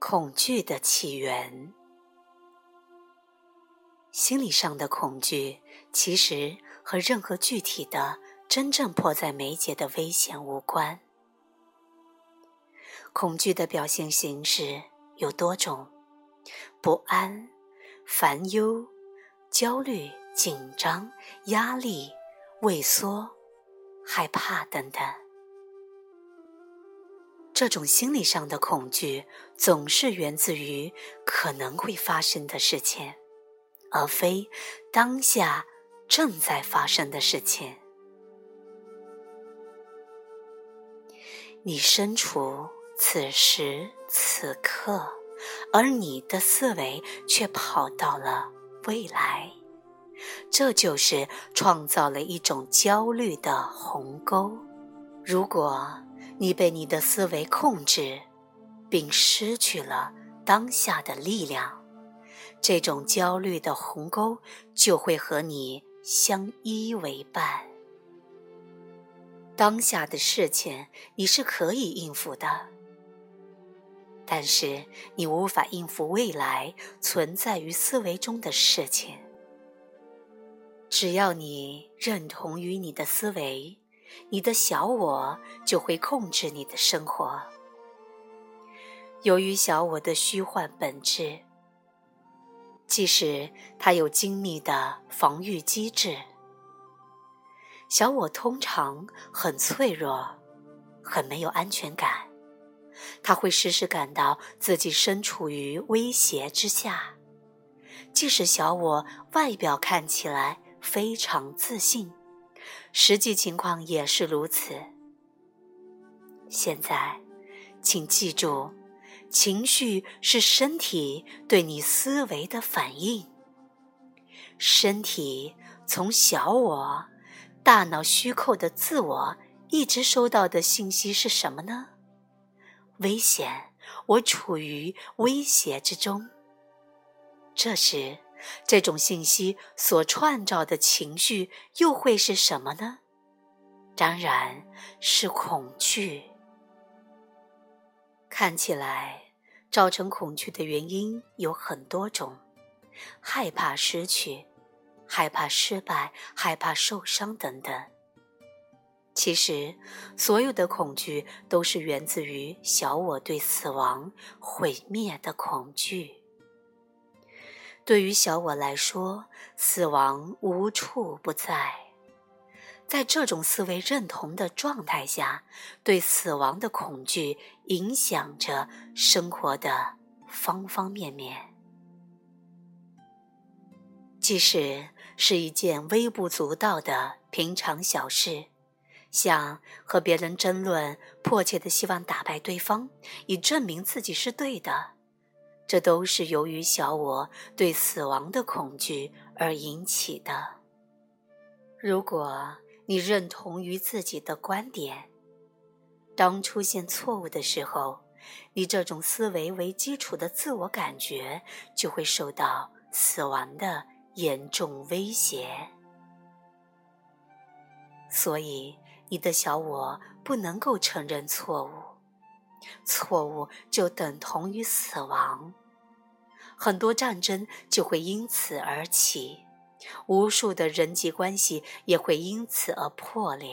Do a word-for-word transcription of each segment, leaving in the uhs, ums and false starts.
恐惧的起源。心理上的恐惧其实和任何具体的真正迫在眉睫的危险无关。恐惧的表现形式有多种，不安、烦忧、焦虑、紧张、压力、畏缩、害怕等等。这种心理上的恐惧总是源自于可能会发生的事情，而非当下正在发生的事情。你身处此时此刻，而你的思维却跑到了未来，这就是创造了一种焦虑的鸿沟。如果你被你的思维控制，并失去了当下的力量，这种焦虑的鸿沟就会和你相依为伴。当下的事情你是可以应付的，但是你无法应付未来存在于思维中的事情。只要你认同于你的思维，你的小我就会控制你的生活。由于小我的虚幻本质，即使它有精密的防御机制，小我通常很脆弱，很没有安全感，它会时时感到自己身处于威胁之下，即使小我外表看起来非常自信，实际情况也是如此。现在，请记住，情绪是身体对你思维的反应。身体从小我、大脑虚构的自我一直收到的信息是什么呢？危险，我处于威胁之中。这时，这种信息所创造的情绪又会是什么呢？当然是恐惧。看起来，造成恐惧的原因有很多种，害怕失去，害怕失败，害怕受伤等等。其实，所有的恐惧都是源自于小我对死亡、毁灭的恐惧。对于小我来说，死亡无处不在。在这种思维认同的状态下，对死亡的恐惧影响着生活的方方面面。即使是一件微不足道的平常小事，像和别人争论，迫切地希望打败对方，以证明自己是对的，这都是由于小我对死亡的恐惧而引起的。如果你认同于自己的观点，当出现错误的时候，你这种思维为基础的自我感觉就会受到死亡的严重威胁。所以，你的小我不能够承认错误，错误就等同于死亡。很多战争就会因此而起，无数的人际关系也会因此而破裂。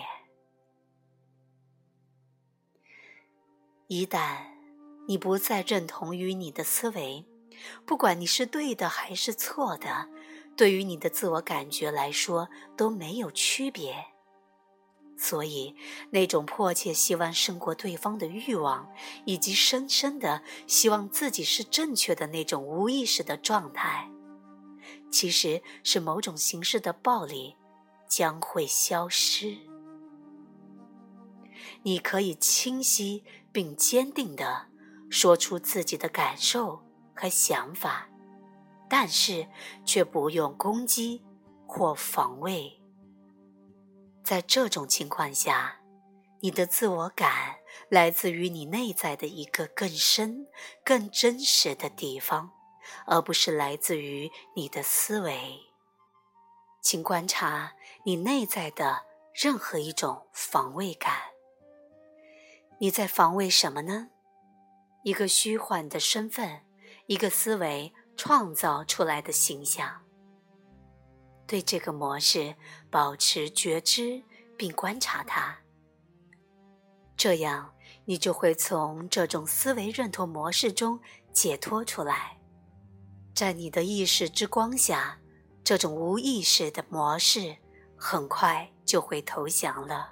一旦你不再认同于你的思维，不管你是对的还是错的，对于你的自我感觉来说都没有区别。所以，那种迫切希望胜过对方的欲望，以及深深的希望自己是正确的那种无意识的状态，其实是某种形式的暴力，将会消失。你可以清晰并坚定地说出自己的感受和想法，但是却不用攻击或防卫。在这种情况下，你的自我感来自于你内在的一个更深、更真实的地方，而不是来自于你的思维。请观察你内在的任何一种防卫感。你在防卫什么呢？ 一个虚幻的身份，一个思维创造出来的形象。对这个模式保持觉知并观察它，这样你就会从这种思维认同模式中解脱出来。在你的意识之光下，这种无意识的模式很快就会投降了。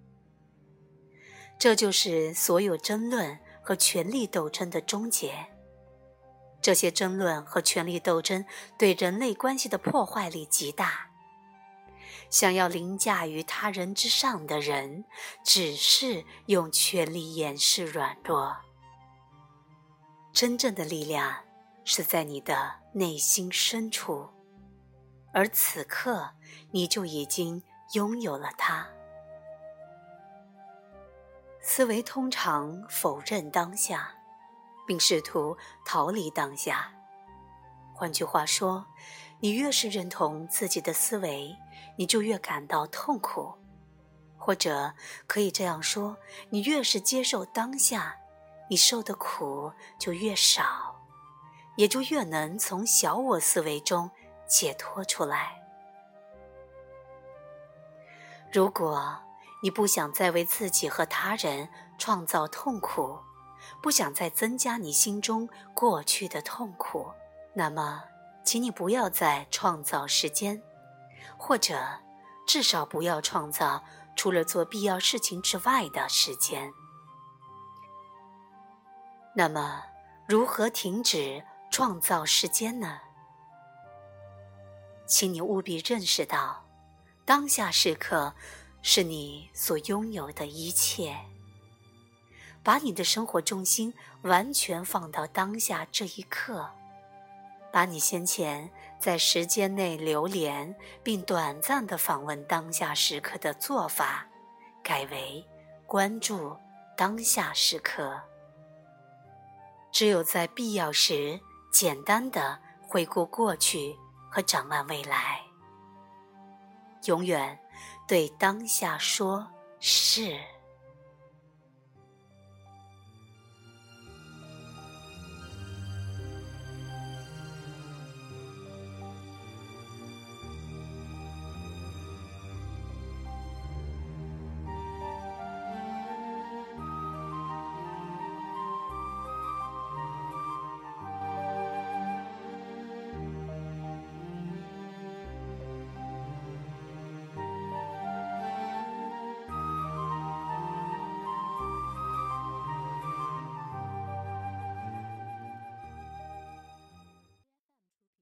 这就是所有争论和权力斗争的终结。这些争论和权力斗争对人类关系的破坏力极大。想要凌驾于他人之上的人，只是用权力掩饰软弱。真正的力量是在你的内心深处，而此刻你就已经拥有了它。思维通常否认当下，并试图逃离当下。换句话说，你越是认同自己的思维，你就越感到痛苦。或者可以这样说，你越是接受当下，你受的苦就越少，也就越能从小我思维中解脱出来。如果你不想再为自己和他人创造痛苦，不想再增加你心中过去的痛苦，那么请你不要再创造时间，或者至少不要创造除了做必要事情之外的时间。那么如何停止创造时间呢？请你务必认识到，当下时刻是你所拥有的一切。把你的生活重心完全放到当下这一刻，把你先前在时间内流连并短暂地访问当下时刻的做法，改为关注当下时刻。只有在必要时，简单地回顾过去和展望未来。永远对当下说是。